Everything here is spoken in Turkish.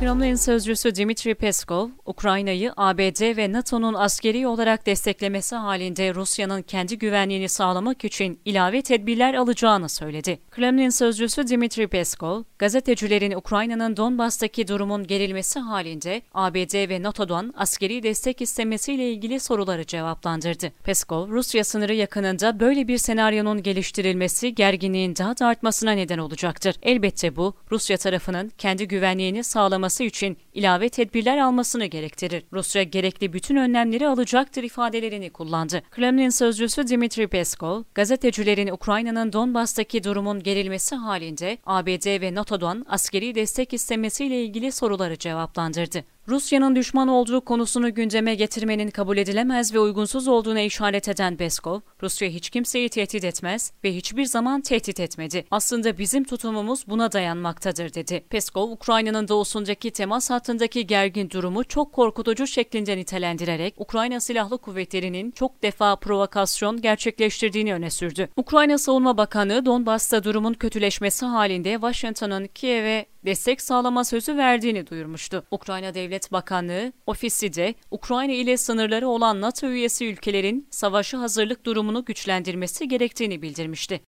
Kremlin sözcüsü Dmitry Peskov, Ukrayna'yı ABD ve NATO'nun askeri olarak desteklemesi halinde Rusya'nın kendi güvenliğini sağlamak için ilave tedbirler alacağını söyledi. Kremlin sözcüsü Dmitry Peskov, gazetecilerin Ukrayna'nın Donbas'taki durumun gerilmesi halinde ABD ve NATO'dan askeri destek istemesiyle ilgili soruları cevaplandırdı. Peskov, Rusya sınırı yakınında böyle bir senaryonun geliştirilmesi gerginliğin daha da artmasına neden olacaktır. Elbette bu, Rusya tarafının kendi güvenliğini sağlaması için ilave tedbirler almasını gerektirir. Rusya gerekli bütün önlemleri alacaktır ifadelerini kullandı. Kremlin sözcüsü Dmitry Peskov, gazetecilerin Ukrayna'nın Donbas'taki durumun gerilmesi halinde ABD ve NATO'dan askeri destek istemesiyle ilgili soruları cevaplandırdı. Rusya'nın düşman olduğu konusunu gündeme getirmenin kabul edilemez ve uygunsuz olduğuna işaret eden Peskov, Rusya hiç kimseyi tehdit etmez ve hiçbir zaman tehdit etmedi. Aslında bizim tutumumuz buna dayanmaktadır, dedi. Peskov, Ukrayna'nın doğusundaki temas hattındaki gergin durumu çok korkutucu şeklinde nitelendirerek Ukrayna Silahlı Kuvvetleri'nin çok defa provokasyon gerçekleştirdiğini öne sürdü. Ukrayna Savunma Bakanı, Donbas'ta durumun kötüleşmesi halinde Washington'ın Kiev'e destek sağlama sözü verdiğini duyurmuştu. Ukrayna Devlet Bakanlığı ofisi de Ukrayna ile sınırları olan NATO üyesi ülkelerin savaşa hazırlık durumunu güçlendirmesi gerektiğini bildirmişti.